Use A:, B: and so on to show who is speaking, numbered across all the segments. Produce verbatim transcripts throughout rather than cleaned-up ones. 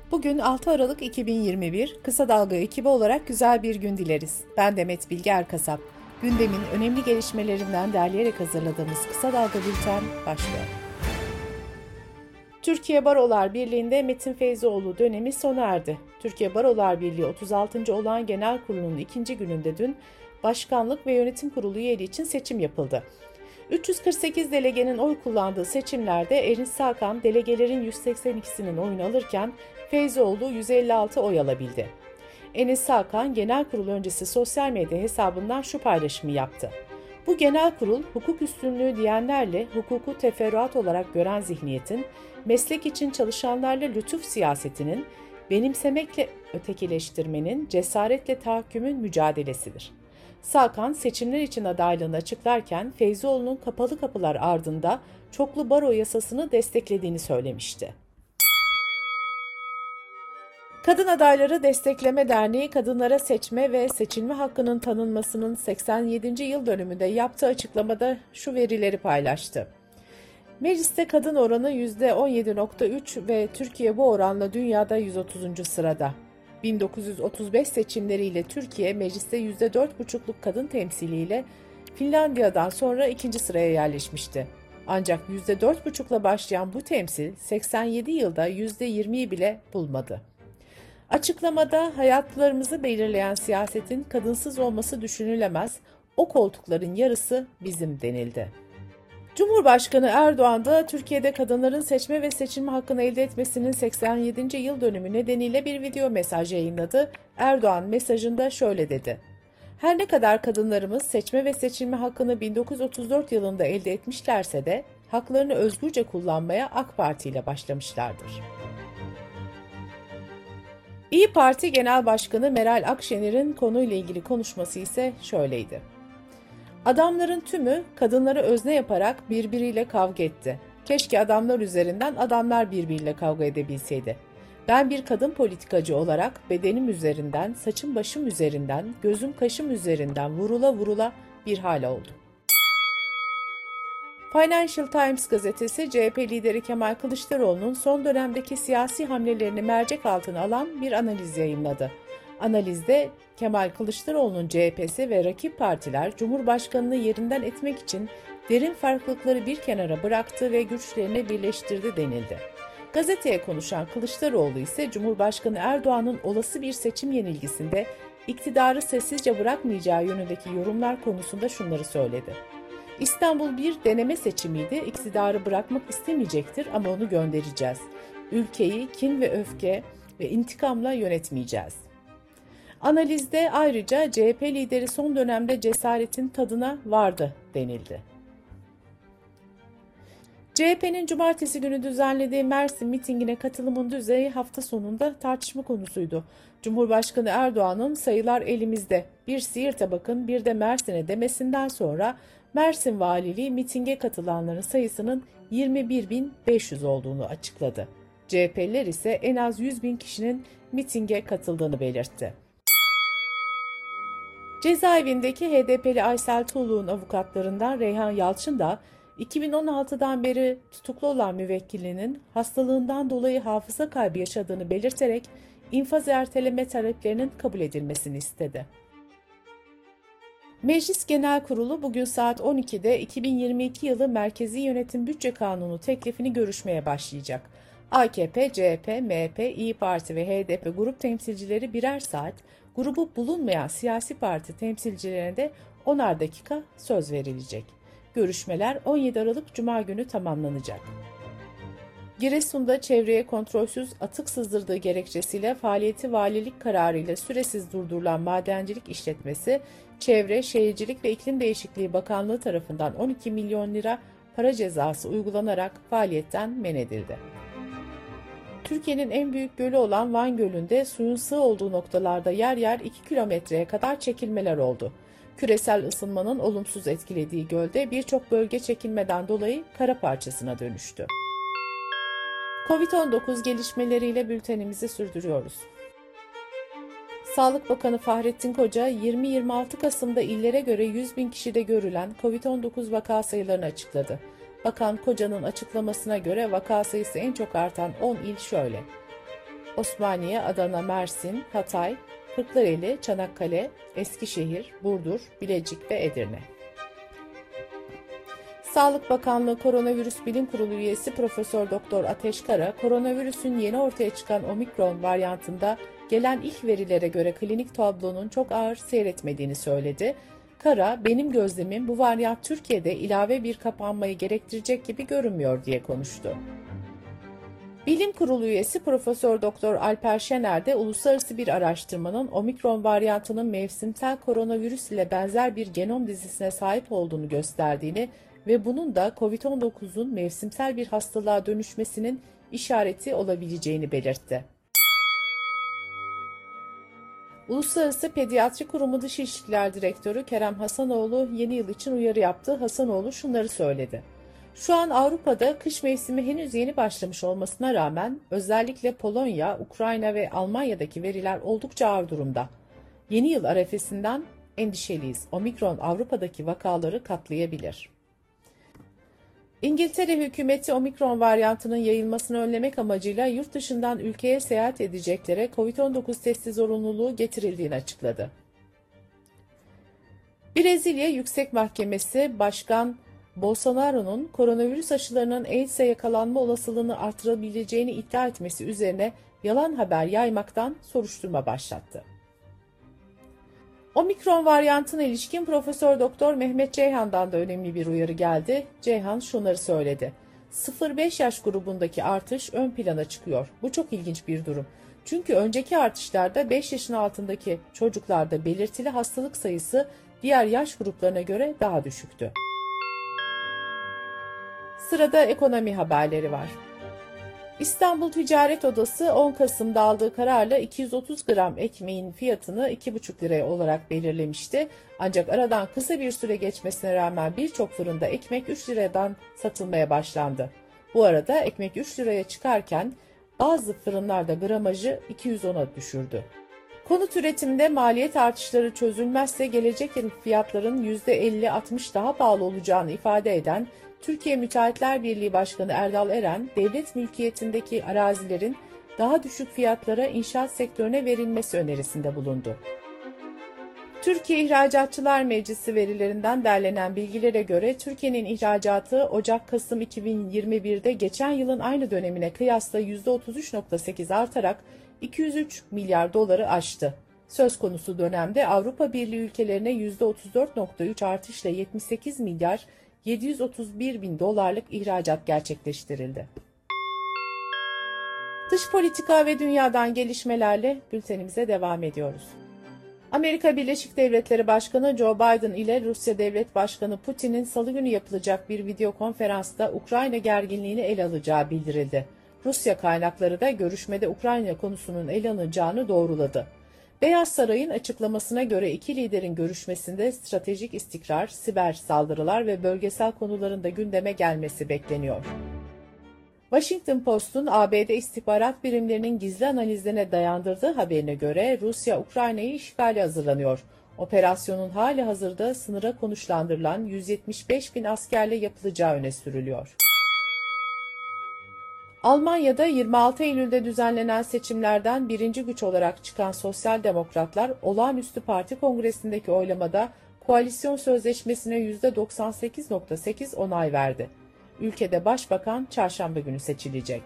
A: Bugün altı Aralık iki bin yirmi bir, Kısa Dalga ekibi olarak güzel bir gün dileriz. Ben Demet Bilge Erkasap. Gündemin önemli gelişmelerinden derleyerek hazırladığımız Kısa Dalga Bülten başlıyor. Türkiye Barolar Birliği'nde Metin Feyzioğlu dönemi sona erdi. Türkiye Barolar Birliği otuz altıncı Olağan Genel Kurulu'nun ikinci gününde dün Başkanlık ve Yönetim Kurulu üyeliği için seçim yapıldı. üç yüz kırk sekiz delegenin oy kullandığı seçimlerde Enis Sakan delegelerin yüz seksen ikisinin oyunu alırken Feyzioğlu yüz elli altı oy alabildi. Enis Sakan genel kurul öncesi sosyal medya hesabından şu paylaşımı yaptı. Bu genel kurul hukuk üstünlüğü diyenlerle hukuku teferruat olarak gören zihniyetin, meslek için çalışanlarla lütuf siyasetinin, benimsemekle ötekileştirmenin, cesaretle tahakkümün mücadelesidir. Sakan seçimler için adaylığını açıklarken Feyzioğlu'nun kapalı kapılar ardında çoklu baro yasasını desteklediğini söylemişti. Kadın Adayları Destekleme Derneği kadınlara seçme ve seçilme hakkının tanınmasının seksen yedinci yıl dönümünde yaptığı açıklamada şu verileri paylaştı. Mecliste kadın oranı yüzde on yedi virgül üç ve Türkiye bu oranla dünyada yüz otuzuncu sırada. bin dokuz yüz otuz beş seçimleriyle Türkiye mecliste yüzde dört virgül beş'luk kadın temsiliyle Finlandiya'dan sonra ikinci sıraya yerleşmişti. Ancak yüzde dört virgül beş'la başlayan bu temsil seksen yedi yılda yüzde yirmi'yi bile bulmadı. Açıklamada hayatlarımızı belirleyen siyasetin kadınsız olması düşünülemez, o koltukların yarısı bizim denildi. Cumhurbaşkanı Erdoğan da Türkiye'de kadınların seçme ve seçilme hakkını elde etmesinin seksen yedinci yıl dönümü nedeniyle bir video mesaj yayınladı. Erdoğan mesajında şöyle dedi. Her ne kadar kadınlarımız seçme ve seçilme hakkını bin dokuz yüz otuz dört yılında elde etmişlerse de haklarını özgürce kullanmaya AK Parti ile başlamışlardır. İYİ Parti Genel Başkanı Meral Akşener'in konuyla ilgili konuşması ise şöyleydi. Adamların tümü kadınları özne yaparak birbiriyle kavga etti. Keşke adamlar üzerinden adamlar birbiriyle kavga edebilseydi. Ben bir kadın politikacı olarak bedenim üzerinden, saçım başım üzerinden, gözüm kaşım üzerinden vurula vurula bir hal oldum. Financial Times gazetesi C H P lideri Kemal Kılıçdaroğlu'nun son dönemdeki siyasi hamlelerini mercek altına alan bir analiz yayımladı. Analizde Kemal Kılıçdaroğlu'nun C H P'si ve rakip partiler Cumhurbaşkanı'nı yerinden etmek için derin farklılıkları bir kenara bıraktı ve güçlerini birleştirdi denildi. Gazeteye konuşan Kılıçdaroğlu ise Cumhurbaşkanı Erdoğan'ın olası bir seçim yenilgisinde iktidarı sessizce bırakmayacağı yönündeki yorumlar konusunda şunları söyledi. İstanbul bir deneme seçimiydi, iktidarı bırakmak istemeyecektir ama onu göndereceğiz. Ülkeyi kin ve öfke ve intikamla yönetmeyeceğiz. Analizde ayrıca C H P lideri son dönemde cesaretin tadına vardı denildi. C H P'nin cumartesi günü düzenlediği Mersin mitingine katılımın düzeyi hafta sonunda tartışma konusuydu. Cumhurbaşkanı Erdoğan'ın sayılar elimizde, bir Siirt'e bakın bir de Mersin'e demesinden sonra Mersin Valiliği mitinge katılanların sayısının yirmi bir bin beş yüz olduğunu açıkladı. C H P'liler ise en az yüz bin kişinin mitinge katıldığını belirtti. Cezaevindeki H D P'li Aysel Tuğlu'nun avukatlarından Reyhan Yalçın da iki bin on altıdan beri tutuklu olan müvekkilinin hastalığından dolayı hafıza kaybı yaşadığını belirterek infaz erteleme taleplerinin kabul edilmesini istedi. Meclis Genel Kurulu bugün saat on ikide iki bin yirmi iki yılı Merkezi Yönetim Bütçe Kanunu teklifini görüşmeye başlayacak. A K P, C H P, M H P, İYİ Parti ve H D P grup temsilcileri birer saat, grubu bulunmayan siyasi parti temsilcilerine de onar dakika söz verilecek. Görüşmeler on yedi Aralık Cuma günü tamamlanacak. Giresun'da çevreye kontrolsüz atık sızdırdığı gerekçesiyle faaliyeti valilik kararıyla süresiz durdurulan madencilik işletmesi, Çevre, Şehircilik ve İklim Değişikliği Bakanlığı tarafından on iki milyon lira para cezası uygulanarak faaliyetten men edildi. Türkiye'nin en büyük gölü olan Van Gölü'nde suyun sığ olduğu noktalarda yer yer iki kilometreye kadar çekilmeler oldu. Küresel ısınmanın olumsuz etkilediği gölde birçok bölge çekilmeden dolayı kara parçasına dönüştü. kovid on dokuz gelişmeleriyle bültenimizi sürdürüyoruz. Sağlık Bakanı Fahrettin Koca, yirmi yirmi altı Kasım'da illere göre yüz bin kişide görülen kovid on dokuz vaka sayılarını açıkladı. Bakan Koca'nın açıklamasına göre vaka sayısı en çok artan on il şöyle: Osmaniye, Adana, Mersin, Hatay, Kırklareli, Çanakkale, Eskişehir, Burdur, Bilecik ve Edirne. Sağlık Bakanlığı Koronavirüs Bilim Kurulu üyesi Profesör Doktor Ateş Kara, koronavirüsün yeni ortaya çıkan omikron varyantında gelen ilk verilere göre klinik tablonun çok ağır seyretmediğini söyledi. Kara, benim gözlemim bu varyant Türkiye'de ilave bir kapanmayı gerektirecek gibi görünmüyor diye konuştu. Bilim Kurulu üyesi Profesör Doktor Alper Şener de uluslararası bir araştırmanın omikron varyantının mevsimsel koronavirüs ile benzer bir genom dizisine sahip olduğunu gösterdiğini ve bunun da kovid on dokuzun mevsimsel bir hastalığa dönüşmesinin işareti olabileceğini belirtti. Uluslararası Pediatri Kurumu Dış İlişkiler Direktörü Kerem Hasanoğlu yeni yıl için uyarı yaptı. Hasanoğlu şunları söyledi. Şu an Avrupa'da kış mevsimi henüz yeni başlamış olmasına rağmen özellikle Polonya, Ukrayna ve Almanya'daki veriler oldukça ağır durumda. Yeni yıl arefesinden endişeliyiz. Omikron Avrupa'daki vakaları katlayabilir. İngiltere hükümeti omikron varyantının yayılmasını önlemek amacıyla yurt dışından ülkeye seyahat edeceklere kovid on dokuz testi zorunluluğu getirildiğini açıkladı. Brezilya Yüksek Mahkemesi Başkan Bolsonaro'nun koronavirüs aşılarının AIDS'e yakalanma olasılığını artırabileceğini iddia etmesi üzerine yalan haber yaymaktan soruşturma başlattı. Omikron varyantına ilişkin Profesör Doktor Mehmet Ceyhan'dan da önemli bir uyarı geldi. Ceyhan şunları söyledi. sıfır beş yaş grubundaki artış ön plana çıkıyor. Bu çok ilginç bir durum. Çünkü önceki artışlarda beş yaşın altındaki çocuklarda belirtili hastalık sayısı diğer yaş gruplarına göre daha düşüktü. Sırada ekonomi haberleri var. İstanbul Ticaret Odası on Kasım'da aldığı kararla iki yüz otuz gram ekmeğin fiyatını iki buçuk liraya olarak belirlemişti. Ancak aradan kısa bir süre geçmesine rağmen birçok fırında ekmek üç liradan satılmaya başlandı. Bu arada ekmek üç liraya çıkarken bazı fırınlarda gramajı iki yüz ona düşürdü. Konut üretiminde maliyet artışları çözülmezse gelecek yıl fiyatların yüzde elli altmış daha pahalı olacağını ifade eden Türkiye Müteahhitler Birliği Başkanı Erdal Eren, devlet mülkiyetindeki arazilerin daha düşük fiyatlara inşaat sektörüne verilmesi önerisinde bulundu. Türkiye İhracatçılar Meclisi verilerinden derlenen bilgilere göre Türkiye'nin ihracatı Ocak-Kasım iki bin yirmi bir'de geçen yılın aynı dönemine kıyasla yüzde otuz üç virgül sekiz artarak iki yüz üç milyar doları aştı. Söz konusu dönemde Avrupa Birliği ülkelerine yüzde otuz dört virgül üç artışla yetmiş sekiz milyar yedi yüz otuz bir bin dolarlık ihracat gerçekleştirildi. Dış politika ve dünyadan gelişmelerle bültenimize devam ediyoruz. Amerika Birleşik Devletleri Başkanı Joe Biden ile Rusya Devlet Başkanı Putin'in salı günü yapılacak bir video konferansta Ukrayna gerginliğini ele alacağı bildirildi. Rusya kaynakları da görüşmede Ukrayna konusunun ele alınacağını doğruladı. Beyaz Saray'ın açıklamasına göre iki liderin görüşmesinde stratejik istikrar, siber saldırılar ve bölgesel konuların da gündeme gelmesi bekleniyor. Washington Post'un A B D istihbarat birimlerinin gizli analizlerine dayandırdığı haberine göre Rusya Ukrayna'yı işgale hazırlanıyor. Operasyonun hali hazırda sınıra konuşlandırılan yüz yetmiş beş bin askerle yapılacağı öne sürülüyor. Almanya'da yirmi altı Eylül'de düzenlenen seçimlerden birinci güç olarak çıkan Sosyal Demokratlar, Olağanüstü Parti Kongresi'ndeki oylamada koalisyon sözleşmesine yüzde doksan sekiz virgül sekiz onay verdi. Ülkede başbakan çarşamba günü seçilecek.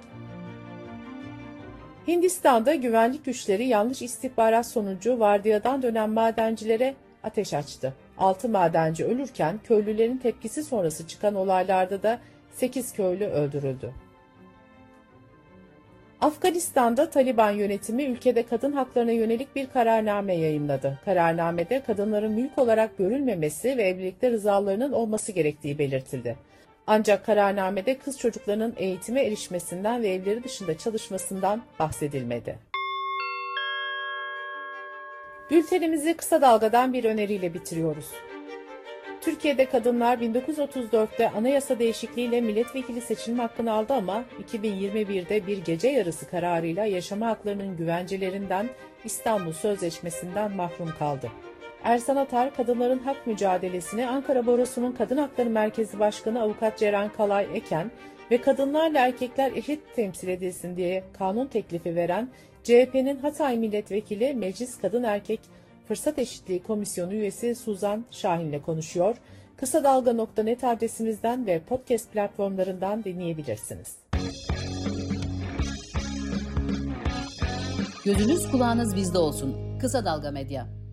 A: Hindistan'da güvenlik güçleri yanlış istihbarat sonucu vardiyadan dönen madencilere ateş açtı. altı madenci ölürken köylülerin tepkisi sonrası çıkan olaylarda da sekiz köylü öldürüldü. Afganistan'da Taliban yönetimi ülkede kadın haklarına yönelik bir kararname yayımladı. Kararnamede kadınların mülk olarak görülmemesi ve evlilikte rızalarının olması gerektiği belirtildi. Ancak kararnamede kız çocuklarının eğitime erişmesinden ve evleri dışında çalışmasından bahsedilmedi. Bültenimizi kısa dalgadan bir öneriyle bitiriyoruz. Türkiye'de kadınlar bin dokuz yüz otuz dört'te anayasa değişikliğiyle milletvekili seçilme hakkını aldı ama iki bin yirmi bir'de bir gece yarısı kararıyla yaşama haklarının güvencelerinden İstanbul Sözleşmesi'nden mahrum kaldı. Ersan Atar, kadınların hak mücadelesini Ankara Barosu'nun Kadın Hakları Merkezi Başkanı Avukat Ceren Kalay Eken, ve kadınlarla erkekler eşit temsil edilsin diye kanun teklifi veren C H P'nin Hatay Milletvekili Meclis Kadın Erkek Fırsat Eşitliği Komisyonu üyesi Suzan Şahin'le konuşuyor. Kısa Dalga nokta net adresimizden ve podcast platformlarından dinleyebilirsiniz.
B: Gözünüz kulağınız bizde olsun. Kısa Dalga Medya.